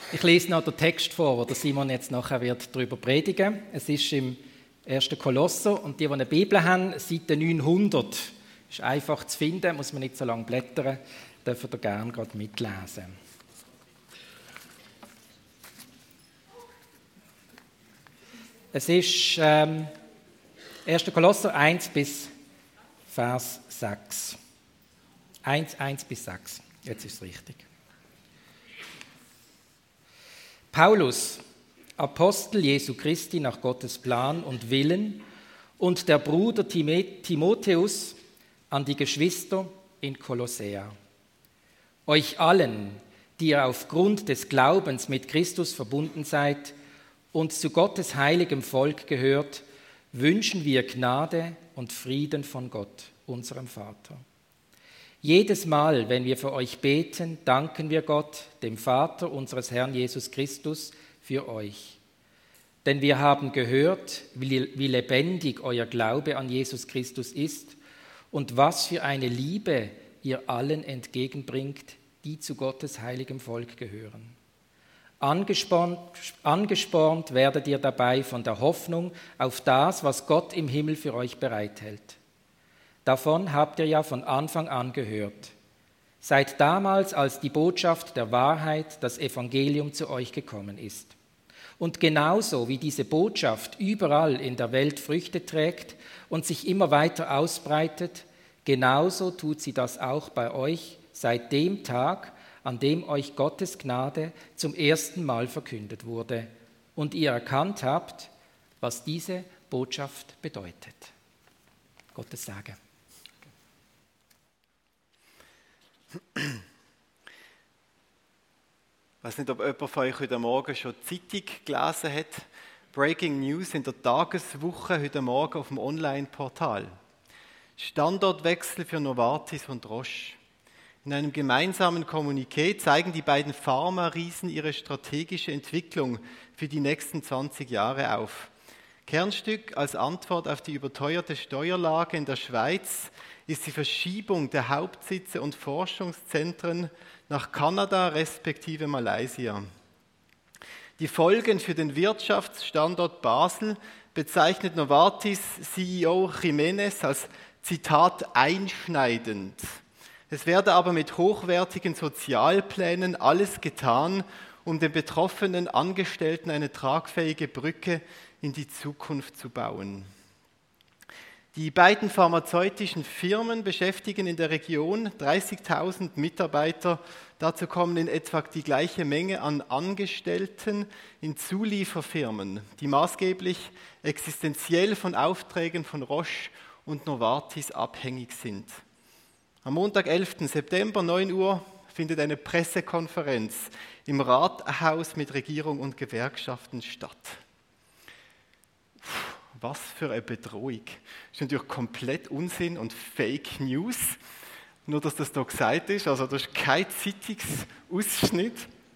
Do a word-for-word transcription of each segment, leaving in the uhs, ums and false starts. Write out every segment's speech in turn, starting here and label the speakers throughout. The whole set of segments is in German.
Speaker 1: Ich lese noch den Text vor, wo der Simon jetzt nachher wird darüber predigen. Es ist im ersten Kolosser und die, die eine Bibel haben, Seite neunhundert. Ist einfach zu finden, muss man nicht so lange blättern, dürfen ihr gerne gerade mitlesen. Es ist ähm, erster Kolosser eins bis Vers sechs. eins, eins bis sechs. Jetzt ist es richtig. Paulus, Apostel Jesu Christi nach Gottes Plan und Willen, und der Bruder Timotheus an die Geschwister in Kolossea. Euch allen, die ihr aufgrund des Glaubens mit Christus verbunden seid und zu Gottes heiligem Volk gehört, wünschen wir Gnade und Frieden von Gott, unserem Vater. Jedes Mal, wenn wir für euch beten, danken wir Gott, dem Vater unseres Herrn Jesus Christus, für euch. Denn wir haben gehört, wie lebendig euer Glaube an Jesus Christus ist und was für eine Liebe ihr allen entgegenbringt, die zu Gottes heiligem Volk gehören. Angespornt, angespornt werdet ihr dabei von der Hoffnung auf das, was Gott im Himmel für euch bereithält. Davon habt ihr ja von Anfang an gehört. Seit damals, als die Botschaft der Wahrheit, das Evangelium zu euch gekommen ist. Und genauso wie diese Botschaft überall in der Welt Früchte trägt und sich immer weiter ausbreitet, genauso tut sie das auch bei euch seit dem Tag, an dem euch Gottes Gnade zum ersten Mal verkündet wurde und ihr erkannt habt, was diese Botschaft bedeutet. Gottes Segen.
Speaker 2: Ich weiß nicht, ob jemand von euch heute Morgen schon die Zeitung gelesen hat. Breaking News in der Tageswoche heute Morgen auf dem Online-Portal. Standortwechsel für Novartis und Roche. In einem gemeinsamen Kommuniqué zeigen die beiden Pharma-Riesen ihre strategische Entwicklung für die nächsten zwanzig Jahre auf. Kernstück als Antwort auf die überteuerte Steuerlage in der Schweiz ist die Verschiebung der Hauptsitze und Forschungszentren nach Kanada respektive Malaysia. Die Folgen für den Wirtschaftsstandort Basel bezeichnet Novartis C E O Jiménez als Zitat einschneidend. Es werde aber mit hochwertigen Sozialplänen alles getan, um den betroffenen Angestellten eine tragfähige Brücke in die Zukunft zu bauen. Die beiden pharmazeutischen Firmen beschäftigen in der Region dreißigtausend Mitarbeiter. Dazu kommen in etwa die gleiche Menge an Angestellten in Zulieferfirmen, die maßgeblich existenziell von Aufträgen von Roche und Novartis abhängig sind. Am Montag, elften September, neun Uhr, findet eine Pressekonferenz im Rathaus mit Regierung und Gewerkschaften statt. Was für eine Bedrohung. Das ist natürlich komplett Unsinn und Fake News. Nur, dass das da gesagt ist. Also, das ist kein Zeitungsausschnitt.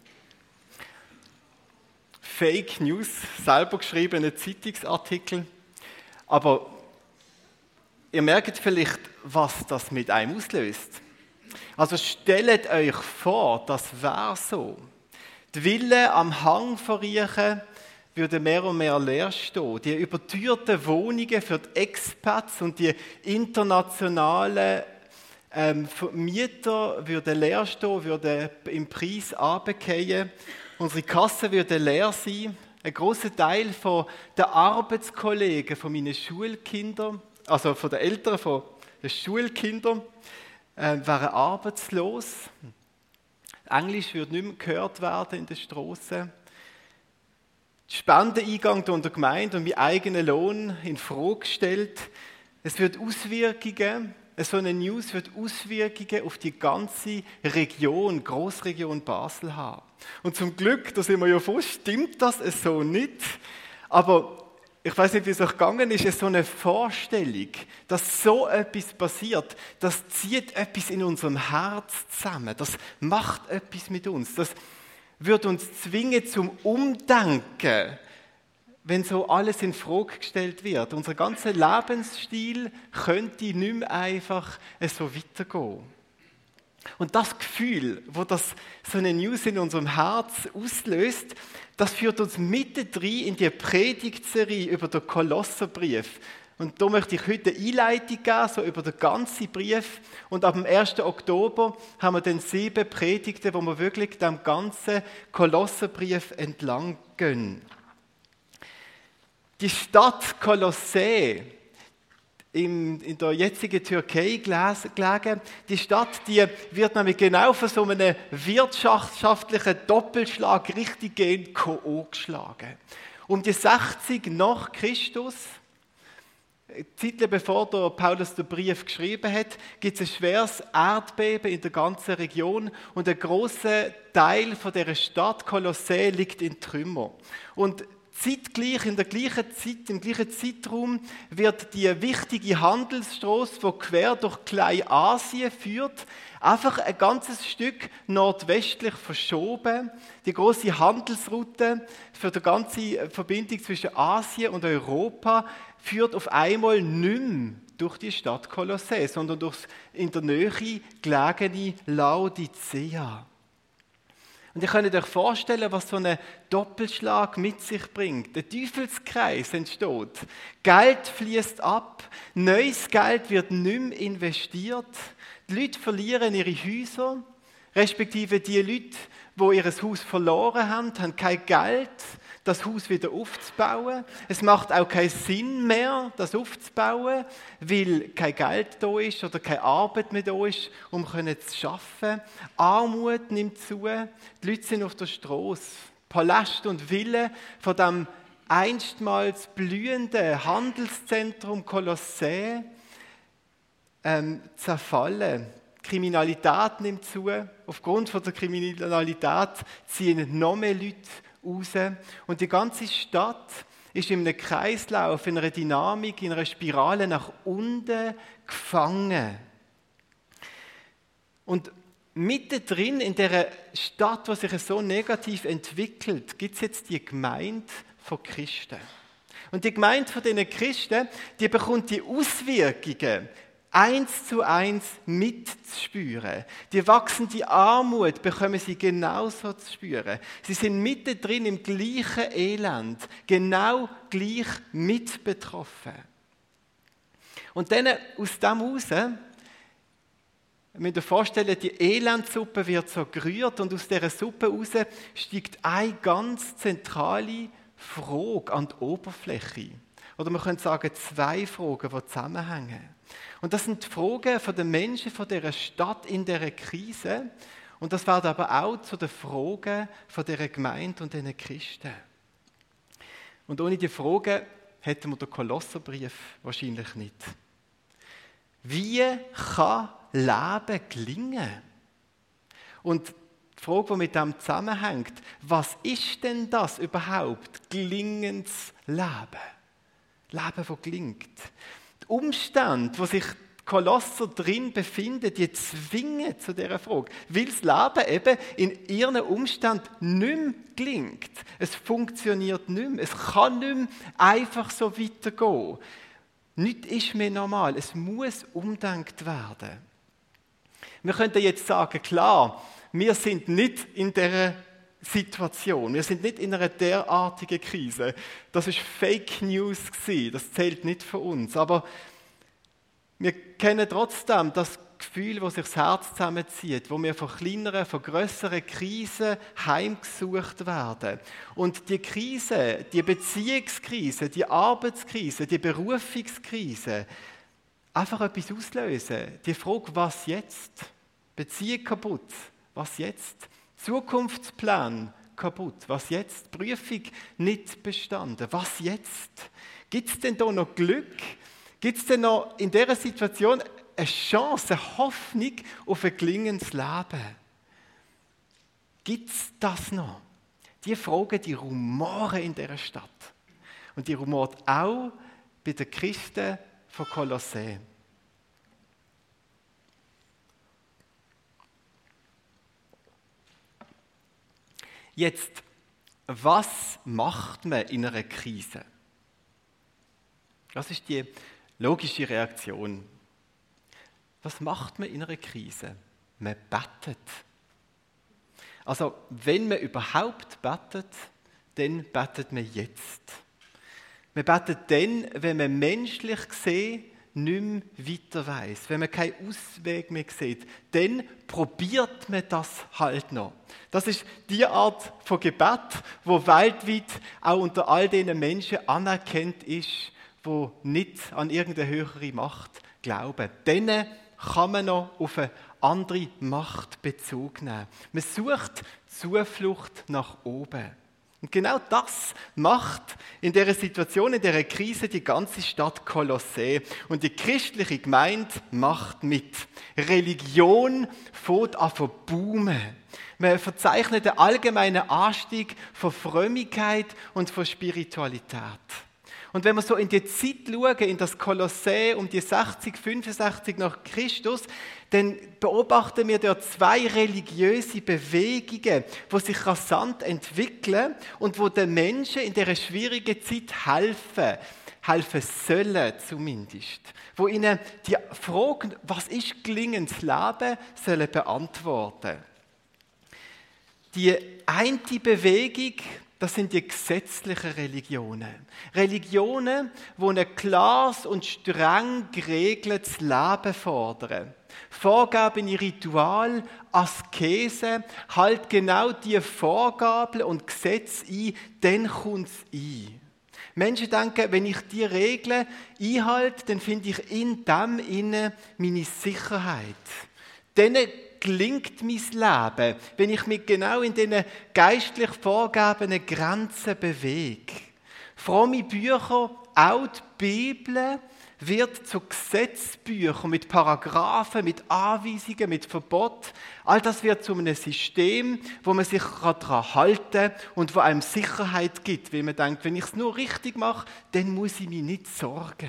Speaker 2: Fake News, selber geschriebene Zeitungsartikel. Aber ihr merkt vielleicht, was das mit einem auslöst. Also, stellt euch vor, das wäre so. Die Villen am Hang verriechen, würden mehr und mehr leer stehen. Die überteuerten Wohnungen für die Expats und die internationalen ähm, Mieter würden leer stehen, würden im Preis runterfallen. Unsere Kassen würden leer sein. Ein grosser Teil von der Arbeitskollegen von meinen Schulkindern, also von den Eltern von den Schulkindern, äh, wären arbeitslos. Englisch würde nicht mehr gehört werden in den Strassen. Spendeneingang der Gemeinde und mein eigener Lohn in Frage gestellt. Es wird Auswirkungen, so eine News wird Auswirkungen auf die ganze Region, Grossregion Basel haben. Und zum Glück, da sind wir ja froh, stimmt das so nicht. Aber ich weiß nicht, wie es euch gegangen ist, ist so eine Vorstellung, dass so etwas passiert, das zieht etwas in unserem Herz zusammen. Das macht etwas mit uns. Das wird uns zwingen zum Umdenken, wenn so alles in Frage gestellt wird. Unser ganzer Lebensstil könnte nicht mehr einfach so weitergehen. Und das Gefühl, wo das so eine News in unserem Herz auslöst, das führt uns mittendrin in die Predigtserie über den Kolosserbrief. Und da möchte ich heute eine Einleitung geben, so über den ganzen Brief. Und ab dem ersten Oktober haben wir dann sieben Predigten, wo wir wirklich dem ganzen Kolosserbrief entlang gehen. Die Stadt Kolossä, in, in der jetzigen Türkei gelegen, die Stadt, die wird nämlich genau von so einem wirtschaftlichen Doppelschlag richtig gehend K O geschlagen. Um die sechzig nach Christus, Zeitlich bevor der Paulus den Brief geschrieben hat, gibt es ein schweres Erdbeben in der ganzen Region und ein grosser Teil von dieser Stadt Kolossä liegt in Trümmer. Und zeitgleich, in der gleichen Zeit, im gleichen Zeitraum wird die wichtige Handelsstrasse, die quer durch Kleinasien führt, einfach ein ganzes Stück nordwestlich verschoben. Die große Handelsroute für die ganze Verbindung zwischen Asien und Europa führt auf einmal nicht mehr durch die Stadt Kolossä, sondern durch das in der Nähe gelegene Laodicea. Und ihr könnt euch vorstellen, was so ein Doppelschlag mit sich bringt. Der Teufelskreis entsteht. Geld fließt ab, neues Geld wird nicht mehr investiert. Die Leute verlieren ihre Häuser, respektive die Leute, die ihr Haus verloren haben, haben kein Geld, das Haus wieder aufzubauen. Es macht auch keinen Sinn mehr, das aufzubauen, weil kein Geld da ist oder keine Arbeit mehr da ist, um zu arbeiten. Armut nimmt zu, die Leute sind auf der Straße. Paläste und Villen von dem einstmals blühenden Handelszentrum Kolossä ähm, zerfallen. Die Kriminalität nimmt zu. Aufgrund von der Kriminalität ziehen noch mehr Leute raus. Und die ganze Stadt ist in einem Kreislauf, in einer Dynamik, in einer Spirale nach unten gefangen. Und mittendrin in dieser Stadt, die sich so negativ entwickelt, gibt es jetzt die Gemeinde von Christen. Und die Gemeinde von diesen Christen, die bekommt die Auswirkungen eins zu eins mitzuspüren. Die wachsende Armut bekommen sie genauso zu spüren. Sie sind mittendrin im gleichen Elend, genau gleich mit betroffen. Und dann aus dem heraus, ihr müsst euch vorstellen, die Elendsuppe wird so gerührt und aus dieser Suppe heraus steigt eine ganz zentrale Frage an die Oberfläche. Oder man könnte sagen, zwei Fragen, die zusammenhängen. Und das sind die Fragen von den Menschen von dieser Stadt in dieser Krise. Und das werden aber auch zu den Fragen von dieser Gemeinde und diesen Christen. Und ohne die Fragen hätten wir den Kolosserbrief wahrscheinlich nicht. Wie kann Leben gelingen? Und die Frage, die mit dem zusammenhängt, was ist denn das überhaupt, gelingendes Leben? Leben, das gelingt. Die Umstände, wo sich die Kolosser drin befinden, die zwingen zu dieser Frage. Weil das Leben eben in ihren Umständen nicht mehr gelingt. Es funktioniert nicht mehr. Es kann nicht mehr einfach so weitergehen. Nichts ist mehr normal. Es muss umgedacht werden. Wir könnten jetzt sagen, klar, wir sind nicht in dieser Situation. Wir sind nicht in einer derartigen Krise. Das ist Fake News gewesen. Das zählt nicht für uns. Aber wir kennen trotzdem das Gefühl, wo sich das Herz zusammenzieht, wo wir von kleineren, von grösseren Krisen heimgesucht werden. Und die Krise, die Beziehungskrise, die Arbeitskrise, die Berufungskrise, einfach etwas auslösen. Die Frage, was jetzt? Beziehung kaputt. Was jetzt? Zukunftsplan kaputt. Was jetzt? Prüfung nicht bestanden. Was jetzt? Gibt es denn da noch Glück? Gibt es denn noch in dieser Situation eine Chance, eine Hoffnung auf ein gelingendes Leben? Gibt es das noch? Die Fragen, die rumoren in dieser Stadt. Und die rumort auch bei den Christen von Kolossä. Jetzt, was macht man in einer Krise? Das ist die logische Reaktion. Was macht man in einer Krise? man betet. Also, wenn man überhaupt betet, dann betet man jetzt. Man betet dann, wenn man menschlich gesehen nicht mehr weiter weiss, wenn man keinen Ausweg mehr sieht, dann probiert man das halt noch. Das ist die Art von Gebet, wo weltweit auch unter all den Menschen anerkannt ist, die nicht an irgendeine höhere Macht glauben. Denen kann man noch auf eine andere Macht Bezug nehmen. Man sucht Zuflucht nach oben. Und genau das macht in dieser Situation, in dieser Krise die ganze Stadt Kolossä. Und die christliche Gemeinde macht mit. Religion fängt an zu boomen. Man verzeichnet einen allgemeinen Anstieg von Frömmigkeit und von Spiritualität. Und wenn wir so in die Zeit schauen, in das Kolossä um die sechzig, fünfundsechzig nach Christus, dann beobachten wir dort zwei religiöse Bewegungen, die sich rasant entwickeln und wo den Menschen in dieser schwierigen Zeit helfen, helfen sollen zumindest. Wo ihnen die Frage, was ist gelingendes Leben, sollen beantworten. Die eine Bewegung, das sind die gesetzlichen Religionen. Religionen, die ein klares und streng geregeltes Leben fordern. Vorgaben in Ritual, Askese, halt genau die Vorgaben und Gesetze ein, dann kommt es ein. Menschen denken, wenn ich die Regeln einhalte, dann finde ich in dem inne meine Sicherheit. Dann gelingt mein Leben, wenn ich mich genau in diesen geistlich vorgegebenen Grenzen bewege. Fromme Bücher, auch die Bibel, wird zu Gesetzbüchern mit Paragraphen, mit Anweisungen, mit Verbot. All das wird zu einem System, wo man sich daran halten kann und wo einem Sicherheit gibt, weil man denkt, wenn ich es nur richtig mache, dann muss ich mich nicht sorgen.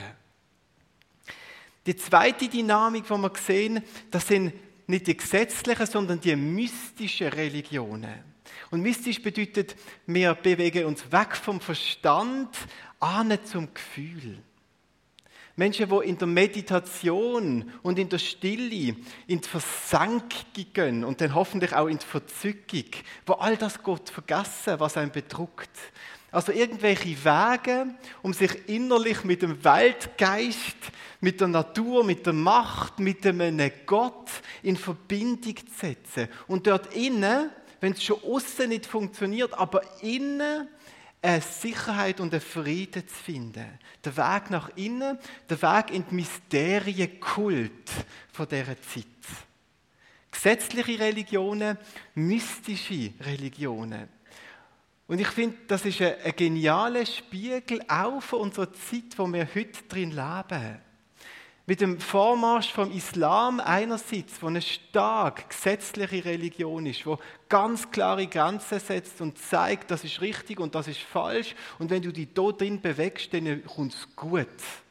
Speaker 2: Die zweite Dynamik, die wir sehen, das sind nicht die gesetzlichen, sondern die mystischen Religionen. Und mystisch bedeutet, wir bewegen uns weg vom Verstand hin zum Gefühl. Menschen, die in der Meditation und in der Stille in die Versenkung gehen und dann hoffentlich auch in die Verzückung, wo all das Gott vergessen, was einen bedrückt. Also irgendwelche Wege, um sich innerlich mit dem Weltgeist, mit der Natur, mit der Macht, mit einem Gott in Verbindung zu setzen. Und dort innen, wenn es schon außen nicht funktioniert, aber innen eine Sicherheit und einen Frieden zu finden. Der Weg nach innen, der Weg in die Mysterienkult von dieser Zeit. Gesetzliche Religionen, mystische Religionen. Und ich finde, das ist ein, ein genialer Spiegel auch von unserer Zeit, wo wir heute drin leben. Mit dem Vormarsch vom Islam einerseits, wo eine stark gesetzliche Religion ist, wo ganz klare Grenzen setzt und zeigt, das ist richtig und das ist falsch. Und wenn du dich da drin bewegst, dann kommt es gut.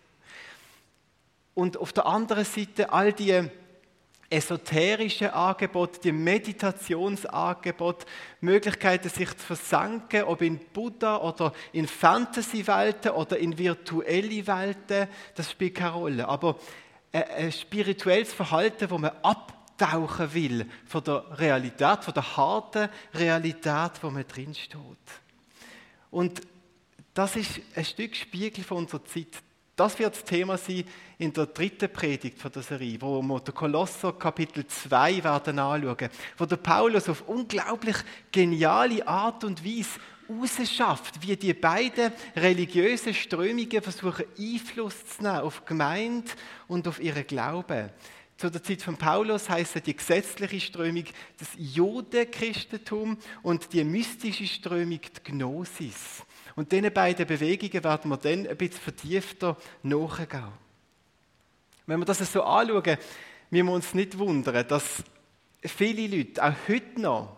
Speaker 2: Und auf der anderen Seite all die esoterische Angebote, die Meditationsangebote, Möglichkeiten, sich zu versenken, ob in Buddha oder in Fantasy-Welten oder in virtuelle Welten, das spielt keine Rolle. Aber ein spirituelles Verhalten, wo man abtauchen will von der Realität, von der harten Realität, wo man drinsteht. Und das ist ein Stück Spiegel von unserer Zeit. Das wird das Thema sein in der dritten Predigt von der Serie, wo wir den Kolosser Kapitel zwei werden anschauen, wo der Paulus auf unglaublich geniale Art und Weise herausschafft, wie die beiden religiösen Strömungen versuchen, Einfluss zu nehmen auf die Gemeinde und auf ihren Glauben. Zu der Zeit von Paulus heisst die gesetzliche Strömung das Judenchristentum und die mystische Strömung die Gnosis. Und diesen beiden Bewegungen werden wir dann ein bisschen vertiefter nachgehen. Wenn wir das so anschauen, müssen wir uns nicht wundern, dass viele Leute, auch heute noch,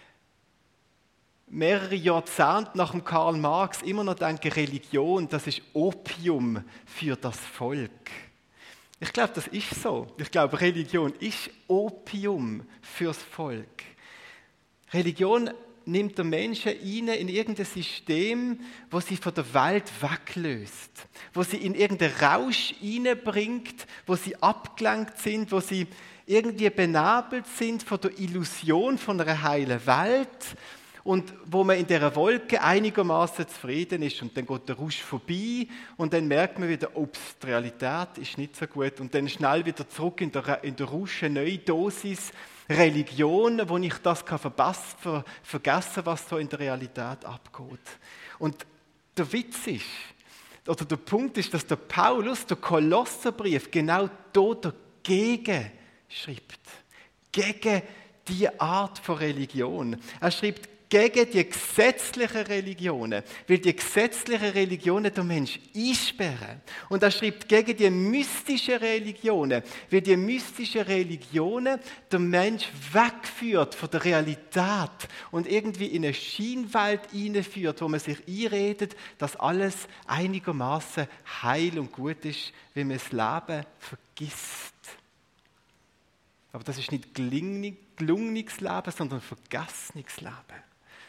Speaker 2: mehrere Jahrzehnte nach dem Karl Marx immer noch denken, Religion, das ist Opium für das Volk. Ich glaube, das ist so. Ich glaube, Religion ist Opium fürs Volk. Religion nimmt der Menschen rein in irgendein System, wo sie von der Welt weglöst, wo sie in irgendeinen Rausch hineinbringt, wo sie abgelenkt sind, wo sie irgendwie benebelt sind von der Illusion von einer heilen Welt und wo man in dieser Wolke einigermaßen zufrieden ist und dann geht der Rausch vorbei und dann merkt man wieder, ups, die Realität ist nicht so gut und dann schnell wieder zurück in der, in der Rausch eine neue Dosis Religion, wo ich das kann verpassen, ver, vergessen, was so in der Realität abgeht. Und der Witz ist, oder der Punkt ist, dass der Paulus, der Kolosserbrief, genau da dagegen schreibt. Gegen diese Art von Religion. Er schreibt gegen die gesetzlichen Religionen, weil die gesetzlichen Religionen den Menschen einsperren. Und er schreibt gegen die mystischen Religionen, weil die mystischen Religionen den Menschen wegführt von der Realität und irgendwie in eine Scheinwelt hineinführt, wo man sich einredet, dass alles einigermaßen heil und gut ist, wenn man das Leben vergisst. Aber das ist nicht gelungenes Leben, sondern vergessenes Leben.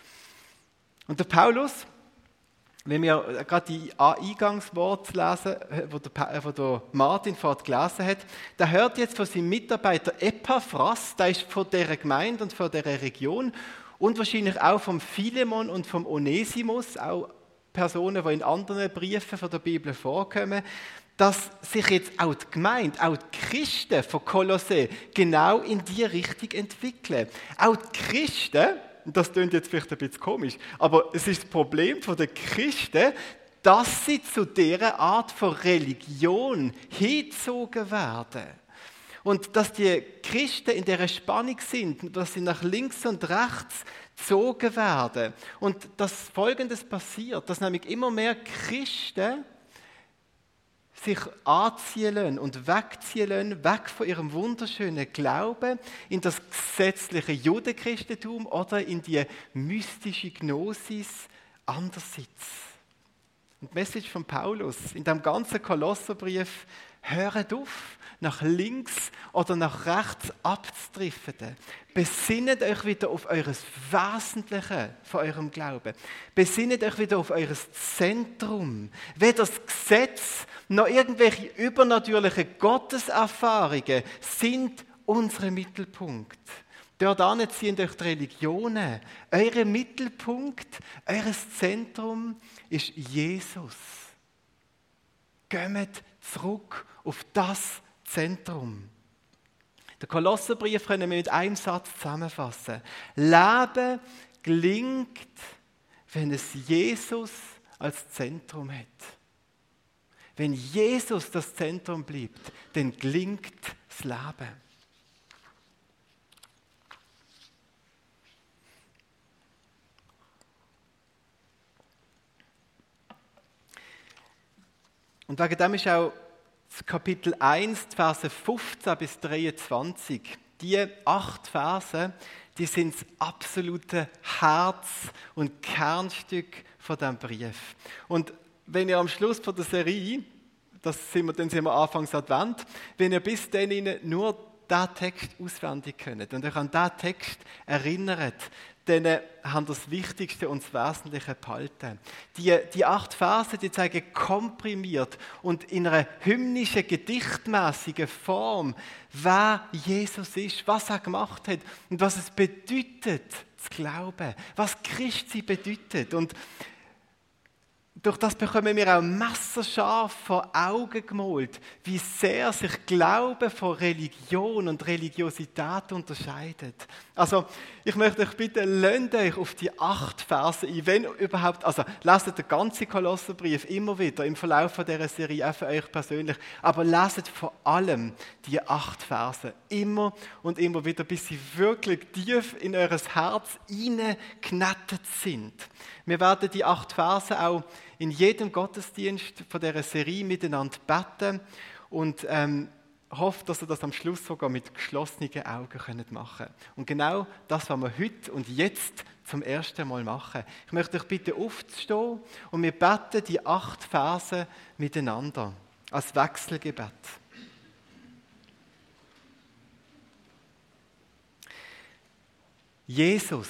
Speaker 2: Und der Paulus, wenn wir gerade die Eingangsworte lesen, wo der, wo der Martin vorhin gelesen hat, der hört jetzt von seinem Mitarbeiter Epaphras, der ist von dieser Gemeinde und von dieser Region und wahrscheinlich auch vom Philemon und vom Onesimus, auch Personen, die in anderen Briefen von der Bibel vorkommen, dass sich jetzt auch die Gemeinde, auch die Christen von Kolossä genau in diese Richtung entwickeln. Auch die Christen, das klingt jetzt vielleicht ein bisschen komisch, aber es ist das Problem der Christen, dass sie zu dieser Art von Religion hingezogen werden. Und dass die Christen in dieser Spannung sind, dass sie nach links und rechts gezogen werden. Und dass Folgendes passiert, dass nämlich immer mehr Christen sich anziehen lassen und wegziehen lassen, weg von ihrem wunderschönen Glauben in das gesetzliche Judenchristentum oder in die mystische Gnosis andererseits. Und die Message von Paulus in dem ganzen Kolosserbrief: Hört auf, nach links oder nach rechts abzudriften. Besinnet euch wieder auf eures Wesentliche von eurem Glauben. Besinnet euch wieder auf eures Zentrum. Weder das Gesetz noch irgendwelche übernatürlichen Gotteserfahrungen sind unser Mittelpunkt. Dort ziehen euch die Religionen. Euer Mittelpunkt, eures Zentrum ist Jesus. Geht zurück auf das Zentrum. Den Kolosserbrief können wir mit einem Satz zusammenfassen. Leben gelingt, wenn es Jesus als Zentrum hat. Wenn Jesus das Zentrum bleibt, dann gelingt das Leben. Und wegen dem ist auch das Kapitel eins, die Verse fünfzehn bis dreiundzwanzig, die acht Verse, die sind das absolute Herz- und Kernstück von diesem Brief. Und wenn ihr am Schluss von der Serie, das sind wir, dann sind wir Anfangs Advent, wenn ihr bis dahin nur diesen Text auswendig könnt und euch an diesen Text erinnert, dann haben das Wichtigste und das Wesentliche behalten. Die, die acht Verse, die zeigen komprimiert und in einer hymnischen, gedichtmäßigen Form, wer Jesus ist, was er gemacht hat und was es bedeutet, zu glauben, was Christsein bedeutet. Und durch das bekommen wir auch messerscharf vor Augen gemalt, wie sehr sich Glaube von Religion und Religiosität unterscheidet. Also, ich möchte euch bitten, lasst euch auf die acht Verse ein, wenn überhaupt, also leset den ganzen Kolosserbrief immer wieder im Verlauf dieser Serie, auch für euch persönlich, aber leset vor allem die acht Verse immer und immer wieder, bis sie wirklich tief in eures Herz hineingeknettet sind. Wir werden die acht Verse auch in jedem Gottesdienst von dieser Serie miteinander beten und ähm, hoffe, dass ihr das am Schluss sogar mit geschlossenen Augen könnt machen könnt. Und genau das, was wir heute und jetzt zum ersten Mal machen. Ich möchte euch bitten, aufzustehen und wir beten die acht Verse miteinander als Wechselgebet. Jesus,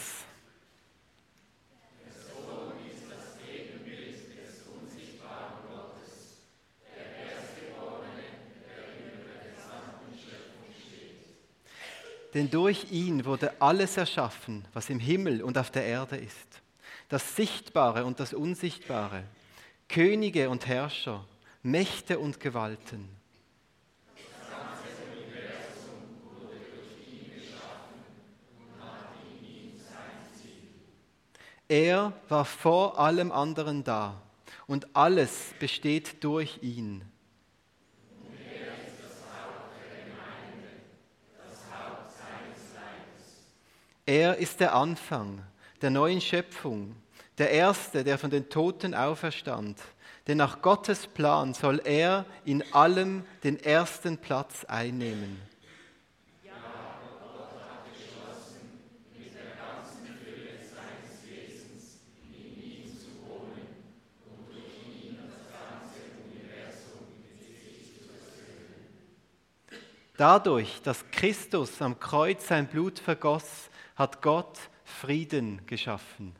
Speaker 2: Denn durch ihn wurde alles erschaffen, was im Himmel und auf der Erde ist. Das Sichtbare und das Unsichtbare, Könige und Herrscher, Mächte und Gewalten.
Speaker 3: Das ganze Universum wurde durch ihn geschaffen und hat in ihm sein Ziel.
Speaker 2: Er war vor allem anderen da und alles besteht durch ihn.
Speaker 3: Und er ist das Haupt der Gemeinde, das Haupt seines Leibes.
Speaker 2: Er ist der Anfang der neuen Schöpfung, der Erste, der von den Toten auferstand. Denn nach Gottes Plan soll er in allem den ersten Platz einnehmen.
Speaker 3: Ja, Gott hat beschlossen, mit der ganzen Fülle seines Wesens in ihm zu wohnen und durch ihn das ganze Universum mit sich zu versöhnen.
Speaker 2: Dadurch, dass Christus am Kreuz sein Blut vergoss, hat Gott Frieden geschaffen.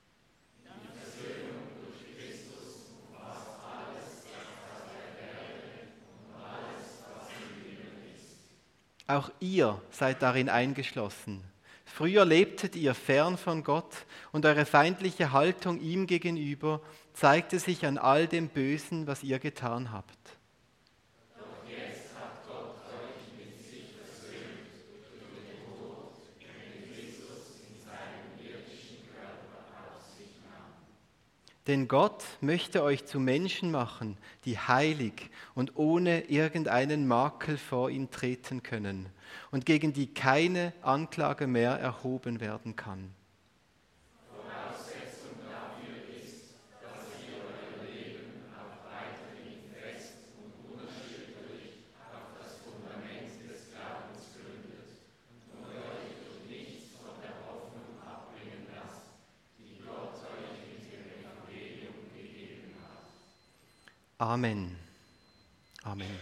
Speaker 2: Auch ihr seid darin eingeschlossen. Früher lebtet ihr fern von Gott und eure feindliche Haltung ihm gegenüber zeigte sich an all dem Bösen, was ihr getan habt.
Speaker 3: Doch jetzt hat Gott euch mit sich versöhnt durch den Tod, den Christus in seinem irdischen Körper auf sich nahm.
Speaker 2: Denn Gott möchte euch zu Menschen machen, die heilig und ohne irgendeinen Makel vor ihn treten können und gegen die keine Anklage mehr erhoben werden kann.
Speaker 3: Voraussetzung dafür ist, dass ihr euer Leben auch weiterhin fest und unerschütterlich auf das Fundament des Glaubens gründet und euch durch nichts von der Hoffnung abbringen lasst, die Gott euch mit dem Evangelium gegeben hat.
Speaker 2: Amen. Amen.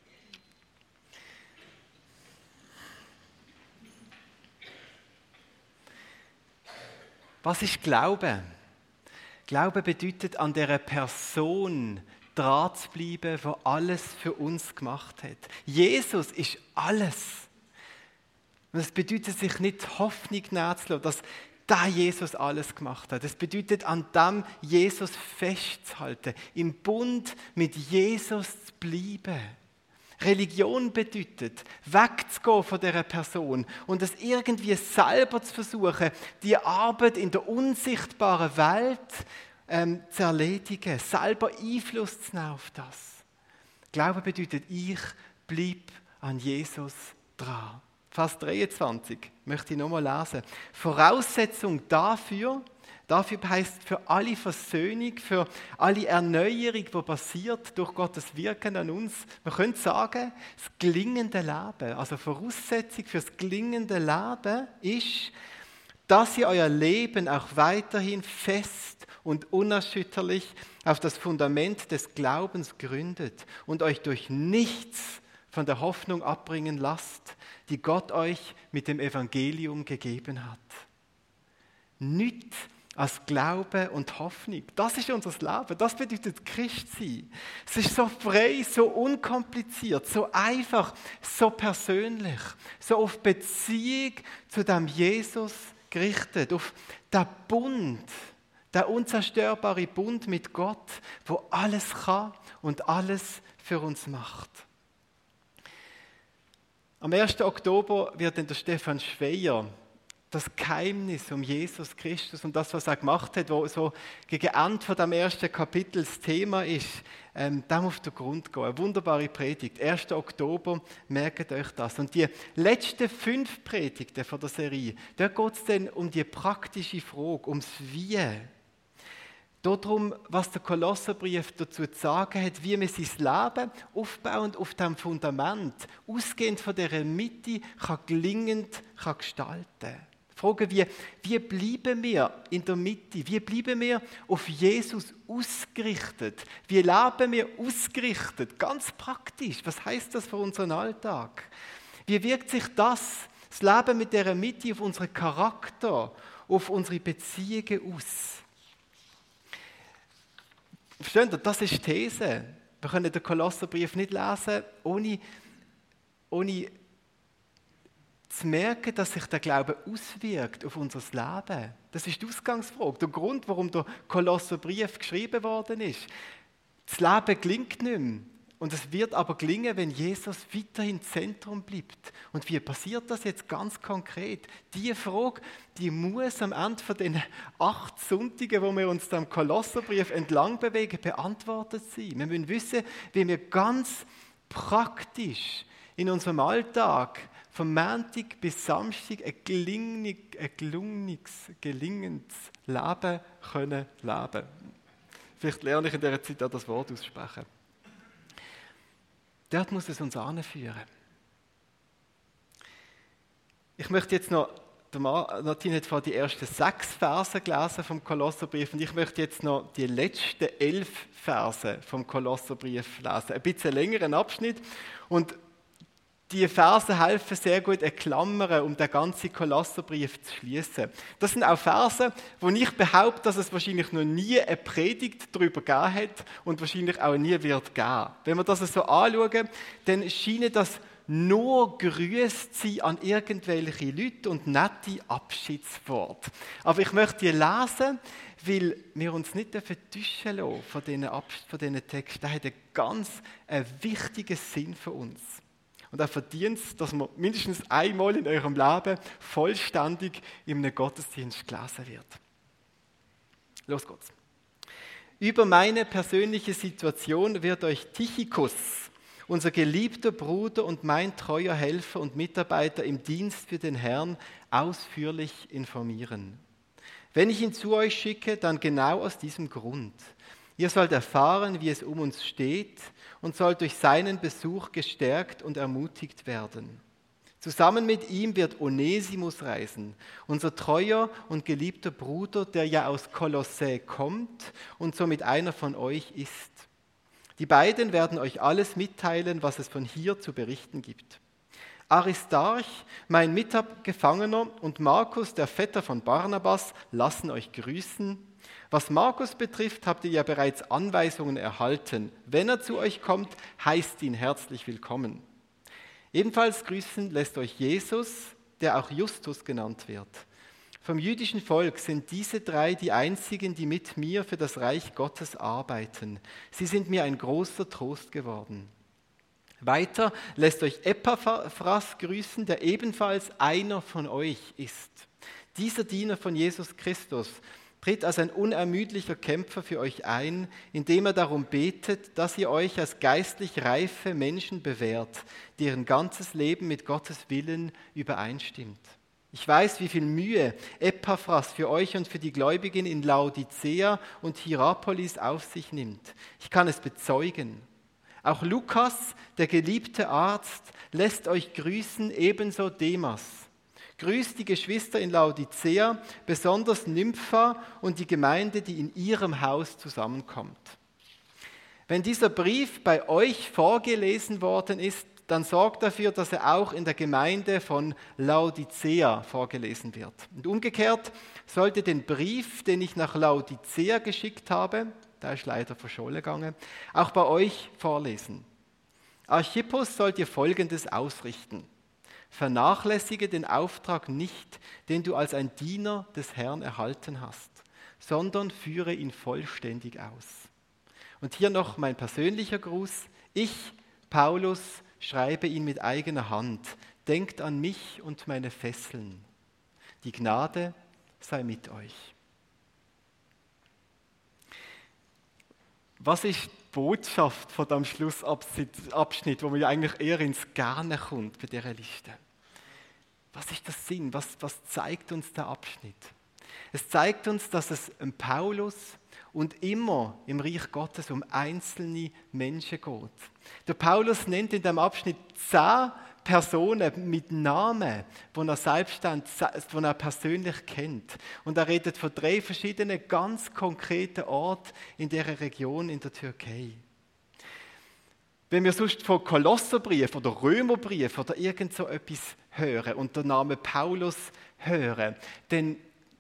Speaker 2: Was ist Glaube? Glaube bedeutet, an der Person dran zu bleiben, die alles für uns gemacht hat. Jesus ist alles. Und es bedeutet, sich nicht Hoffnung nehmen zu lassen, dass da Jesus alles gemacht hat. Es bedeutet, an dem Jesus festzuhalten, im Bund mit Jesus zu bleiben. Religion bedeutet, wegzugehen von dieser Person und es irgendwie selber zu versuchen, die Arbeit in der unsichtbaren Welt ähm, zu erledigen, selber Einfluss zu nehmen auf das. Glaube bedeutet, ich bleibe an Jesus dran. Vers dreiundzwanzig möchte ich nochmal lesen. Voraussetzung dafür, dafür heisst für alle Versöhnung, für alle Erneuerung, die passiert durch Gottes Wirken an uns. Man könnte sagen, das gelingende Leben, also Voraussetzung für das gelingende Leben ist, dass ihr euer Leben auch weiterhin fest und unerschütterlich auf das Fundament des Glaubens gründet und euch durch nichts von der Hoffnung abbringen lasst, die Gott euch mit dem Evangelium gegeben hat. Nichts als Glaube und Hoffnung. Das ist unser Leben. Das bedeutet Christsein. Es ist so frei, so unkompliziert, so einfach, so persönlich, so auf Beziehung zu dem Jesus gerichtet, auf den Bund, der unzerstörbare Bund mit Gott, wo alles kann und alles für uns macht. Am ersten Oktober wird dann der Stefan Schweier das Geheimnis um Jesus Christus und das, was er gemacht hat, wo so gegen Ende von dem ersten Kapitel das Thema ist, ähm, dem auf den Grund gehen. Eine wunderbare Predigt. ersten Oktober, merkt euch das. Und die letzten fünf Predigten von der Serie, da geht es dann um die praktische Frage, ums Wie. Darum, was der Kolosserbrief dazu zu sagen hat, wie man sein Leben aufbauend auf dem Fundament, ausgehend von dieser Mitte, kann gelingend kann gestalten. Fragen, wie, wie bleiben wir in der Mitte? Wie bleiben wir auf Jesus ausgerichtet? Wie leben wir ausgerichtet? Ganz praktisch. Was heißt das für unseren Alltag? Wie wirkt sich das, das Leben mit dieser Mitte, auf unseren Charakter, auf unsere Beziehungen aus? Versteht ihr, das ist die These. Wir können den Kolosserbrief nicht lesen, ohne, ohne zu merken, dass sich der Glaube auswirkt auf unser Leben. Das ist die Ausgangsfrage. Der Grund, warum der Kolosserbrief geschrieben worden ist. Das Leben gelingt nicht mehr. Und es wird aber gelingen, wenn Jesus weiterhin im Zentrum bleibt. Und wie passiert das jetzt ganz konkret? Diese Frage, die muss am Ende von den acht Sonntagen, wo wir uns am Kolosserbrief entlang bewegen, beantwortet sein. Wir müssen wissen, wie wir ganz praktisch in unserem Alltag von Montag bis Samstag ein gelungenes, ein gelungenes, gelingendes Leben können leben. Vielleicht lerne ich in dieser Zeit auch das Wort aussprechen. Dort muss es uns anführen. Ich möchte jetzt noch, Martin hat vorhin die ersten sechs Verse gelesen vom Kolosserbrief und ich möchte jetzt noch die letzten elf Verse vom Kolosserbrief lesen. Ein bisschen längeren Abschnitt und die Verse helfen sehr gut, eine Klammer, um den ganzen Kolosserbrief zu schließen. Das sind auch Verse, wo ich behaupte, dass es wahrscheinlich noch nie eine Predigt darüber gegeben hat und wahrscheinlich auch nie wird geben. Wenn wir das so anschauen, dann scheinen das nur Grüße zu sein an irgendwelche Leute und nette Abschiedsworte. Aber ich möchte die lesen, weil wir uns nicht täuschen lassen von diesen, Abs- von diesen Texten. Das hat einen ganz einen wichtigen Sinn für uns. Und er verdient es, dass man mindestens einmal in eurem Leben vollständig in einem Gottesdienst gelesen wird. Los geht's. Über meine persönliche Situation wird euch Tychicus, unser geliebter Bruder und mein treuer Helfer und Mitarbeiter im Dienst für den Herrn, ausführlich informieren. Wenn ich ihn zu euch schicke, dann genau aus diesem Grund. Ihr sollt erfahren, wie es um uns steht und sollt durch seinen Besuch gestärkt und ermutigt werden. Zusammen mit ihm wird Onesimus reisen, unser treuer und geliebter Bruder, der ja aus Kolossä kommt und somit einer von euch ist. Die beiden werden euch alles mitteilen, was es von hier zu berichten gibt. Aristarch, mein Mitgefangener, und Markus, der Vetter von Barnabas, lassen euch grüßen. Was Markus betrifft, habt ihr ja bereits Anweisungen erhalten. Wenn er zu euch kommt, heißt ihn herzlich willkommen. Ebenfalls grüßen lässt euch Jesus, der auch Justus genannt wird. Vom jüdischen Volk sind diese drei die einzigen, die mit mir für das Reich Gottes arbeiten. Sie sind mir ein großer Trost geworden. Weiter lässt euch Epaphras grüßen, der ebenfalls einer von euch ist. Dieser Diener von Jesus Christus tritt als ein unermüdlicher Kämpfer für euch ein, indem er darum betet, dass ihr euch als geistlich reife Menschen bewährt, deren ganzes Leben mit Gottes Willen übereinstimmt. Ich weiß, wie viel Mühe Epaphras für euch und für die Gläubigen in Laodicea und Hierapolis auf sich nimmt. Ich kann es bezeugen. Auch Lukas, der geliebte Arzt, lässt euch grüßen, ebenso Demas. Grüßt die Geschwister in Laodicea, besonders Nympha und die Gemeinde, die in ihrem Haus zusammenkommt. Wenn dieser Brief bei euch vorgelesen worden ist, dann sorgt dafür, dass er auch in der Gemeinde von Laodicea vorgelesen wird. Und umgekehrt sollte den Brief, den ich nach Laodicea geschickt habe, da ist leider verschollen gegangen, auch bei euch vorlesen. Archippus sollt ihr Folgendes ausrichten. Vernachlässige den Auftrag nicht, den du als ein Diener des Herrn erhalten hast, sondern führe ihn vollständig aus. Und hier noch mein persönlicher Gruß. Ich, Paulus, schreibe ihn mit eigener Hand. Denkt an mich und meine Fesseln. Die Gnade sei mit euch. Was ist die Botschaft von dem Schlussabschnitt, wo man ja eigentlich eher ins Gerne kommt bei dieser Liste? Was ist der Sinn? Was, was zeigt uns der Abschnitt? Es zeigt uns, dass es um Paulus und immer im Reich Gottes um einzelne Menschen geht. Der Paulus nennt in dem Abschnitt zehn Personen mit Namen, die er selbstständig, die er persönlich kennt. Und er redet von drei verschiedenen ganz konkreten Orten in dieser Region in der Türkei. Wenn wir sonst von Kolosserbrief oder Römerbrief oder irgend so etwas hören und den Namen Paulus hören, dann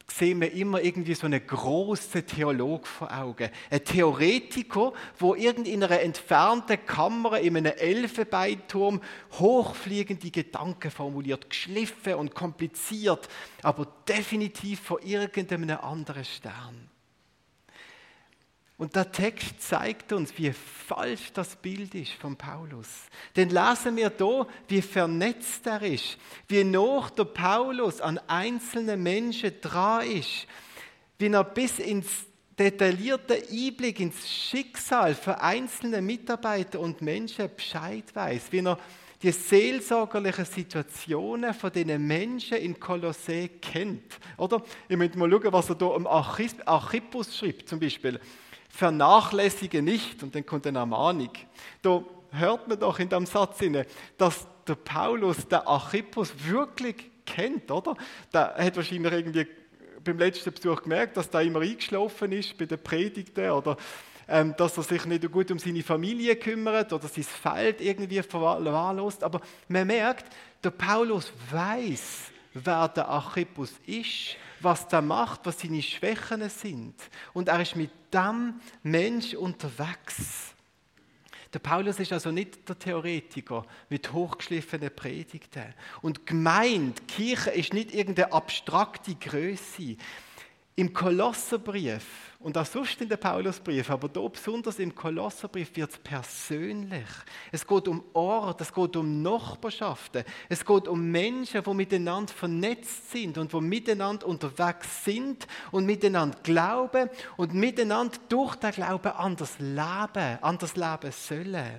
Speaker 2: sehen wir immer irgendwie so einen grossen Theolog vor Augen. Ein Theoretiker, der irgend in einer entfernten Kammer in einem Elfenbeinturm hochfliegende Gedanken formuliert, geschliffen und kompliziert, aber definitiv von irgendeinem anderen Stern. Und der Text zeigt uns, wie falsch das Bild ist von Paulus. Denn lesen wir hier, wie vernetzt er ist, wie nah der Paulus an einzelnen Menschen dran ist, wie er bis ins detaillierte Einblick ins Schicksal von einzelnen Mitarbeitern und Menschen Bescheid weiß, wie er die seelsorgerlichen Situationen von diesen Menschen in Kolossä kennt. Oder? Ihr müsst mal schauen, was er hier am Archippus schreibt, zum Beispiel. Vernachlässige nicht, und dann kommt eine Ermahnung. Da hört man doch in dem Satz, dass der Paulus den Archippus wirklich kennt, oder? Der hat wahrscheinlich irgendwie beim letzten Besuch gemerkt, dass der immer eingeschlafen ist bei den Predigten, oder ähm, dass er sich nicht gut um seine Familie kümmert oder sein Feld irgendwie verwahrlost. Aber man merkt, der Paulus weiß, wer der Archippus ist, was der macht, was seine Schwächen sind. Und er ist mit dem Mensch unterwegs. Der Paulus ist also nicht der Theoretiker mit hochgeschliffenen Predigten. Und gemeint, Kirche ist nicht irgendeine abstrakte Größe. Im Kolosserbrief und auch sonst in den Paulusbrief, aber hier besonders im Kolosserbrief wird es persönlich. Es geht um Ort, es geht um Nachbarschaften, es geht um Menschen, die miteinander vernetzt sind und die miteinander unterwegs sind und miteinander glauben und miteinander durch den Glauben anders leben, anders leben sollen.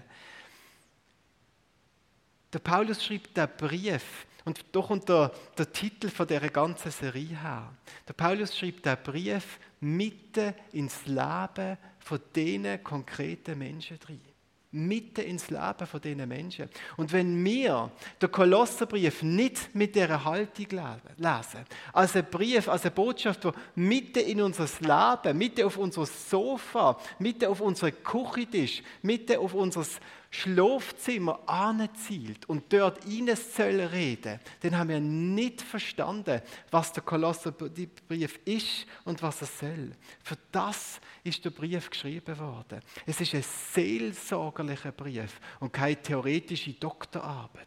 Speaker 2: Der Paulus schreibt den Brief. Und doch unter der Titel von dieser ganzen Serie her. Der Paulus schreibt den Brief mitten ins Leben von diesen konkreten Menschen drin. Mitten ins Leben von diesen Menschen. Und wenn wir den Kolosserbrief nicht mit dieser Haltung lesen, als ein Brief, als eine Botschaft, die mitten in unser Leben, mitten auf unser Sofa, mitten auf unseren Küchentisch, mitten auf unser Schlafzimmer anzielt und dort rein soll reden, dann haben wir nicht verstanden, was der Kolosserbrief ist und was er soll. Für das ist der Brief geschrieben worden. Es ist ein seelsorgerlicher Brief und keine theoretische Doktorarbeit.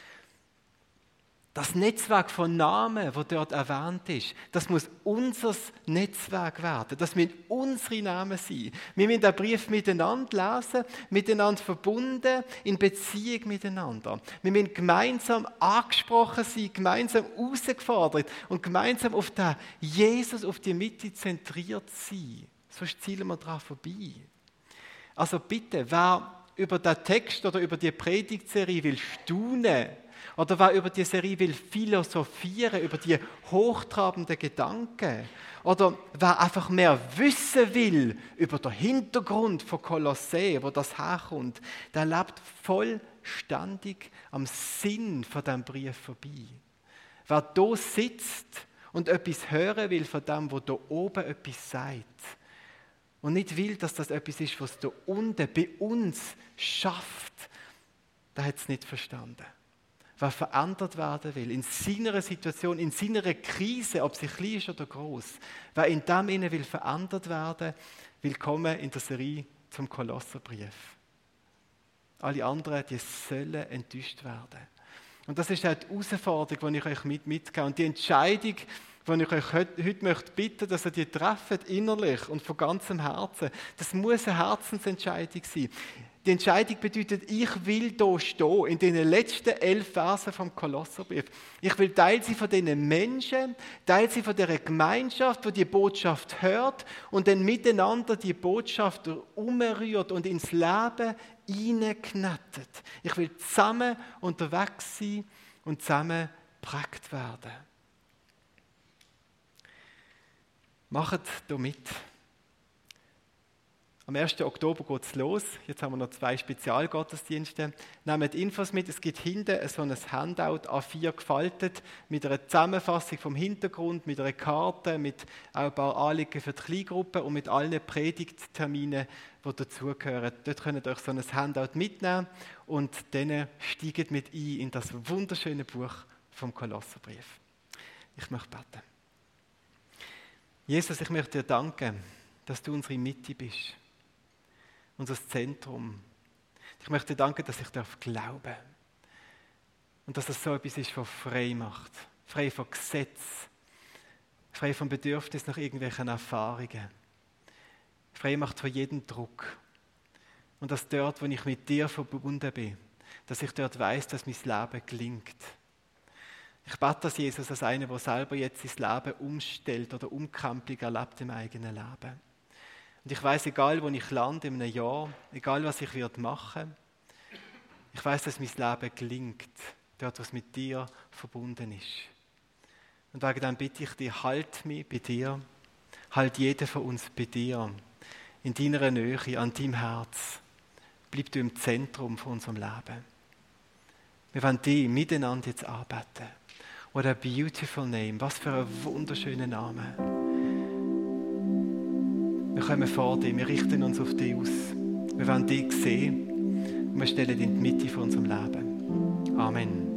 Speaker 2: Das Netzwerk von Namen, das dort erwähnt ist, das muss unser Netzwerk werden. Das müssen unsere Namen sein. Wir müssen den Brief miteinander lesen, miteinander verbunden, in Beziehung miteinander. Wir müssen gemeinsam angesprochen sein, gemeinsam herausgefordert und gemeinsam auf den Jesus, auf die Mitte zentriert sein. Sonst zielen wir daran vorbei. Also bitte, wer über den Text oder über die Predigtserie will staunen, oder wer über die Serie will philosophieren, über die hochtrabenden Gedanken. Oder wer einfach mehr wissen will über den Hintergrund von Kolossä, wo das herkommt, der lebt vollständig am Sinn von diesem Brief vorbei. Wer da sitzt und etwas hören will von dem, wo da oben etwas sagt, und nicht will, dass das etwas ist, was da unten bei uns schafft, der hat es nicht verstanden. Wer verändert werden will, in seiner Situation, in seiner Krise, ob sie klein ist oder groß, wer in dem innen will verändert werden, willkommen in der Serie zum Kolosserbrief. Alle anderen, die sollen enttäuscht werden. Und das ist auch die Herausforderung, die ich euch mit, mitgebe. Und die Entscheidung, die ich euch heute, heute möchte bitten, dass ihr die trefft, innerlich und von ganzem Herzen, das muss eine Herzensentscheidung sein. Die Entscheidung bedeutet, ich will hier stehen, in den letzten elf Versen vom Kolosserbrief. Ich will Teil sein von diesen Menschen, Teil sein von dieser Gemeinschaft, die die Botschaft hört und dann miteinander die Botschaft umrührt und ins Leben hineingeknettet. Ich will zusammen unterwegs sein und zusammen geprägt werden. Macht hier mit. Am ersten Oktober geht es los. Jetzt haben wir noch zwei Spezialgottesdienste. Nehmt Infos mit. Es gibt hinten so ein Handout A vier gefaltet mit einer Zusammenfassung vom Hintergrund, mit einer Karte, mit auch ein paar Anliegen für die Kleingruppe und mit allen Predigtterminen, die dazugehören. Dort könnt ihr euch so ein Handout mitnehmen und dann steigt mit ein in das wunderschöne Buch vom Kolosserbrief. Ich möchte beten. Jesus, ich möchte dir danken, dass du unsere Mitte bist, unser Zentrum. Ich möchte dir danken, dass ich darf glauben und dass das so etwas ist, was frei macht, frei von Gesetz, frei vom Bedürfnis nach irgendwelchen Erfahrungen, frei macht von jedem Druck. Und dass dort, wo ich mit dir verbunden bin, dass ich dort weiss, dass mein Leben gelingt. Ich bete das, Jesus, als einer, der selber jetzt sein Leben umstellt oder Umkrempelung erlebt im eigenen Leben. Und ich weiss, egal wo ich lande in einem Jahr, egal was ich wird machen, ich weiss, dass mein Leben gelingt, dort, was mit dir verbunden ist. Und wegen dem bitte ich dich, halt mich bei dir, halt jeden von uns bei dir, in deiner Nähe, an deinem Herz. Bleib du im Zentrum von unserem Leben. Wir wollen dich miteinander jetzt anbeten. What a beautiful name. Was für ein wunderschöner Name. Wir kommen vor dir, wir richten uns auf dich aus. Wir wollen dich sehen und wir stellen dich in die Mitte von unserem Leben. Amen.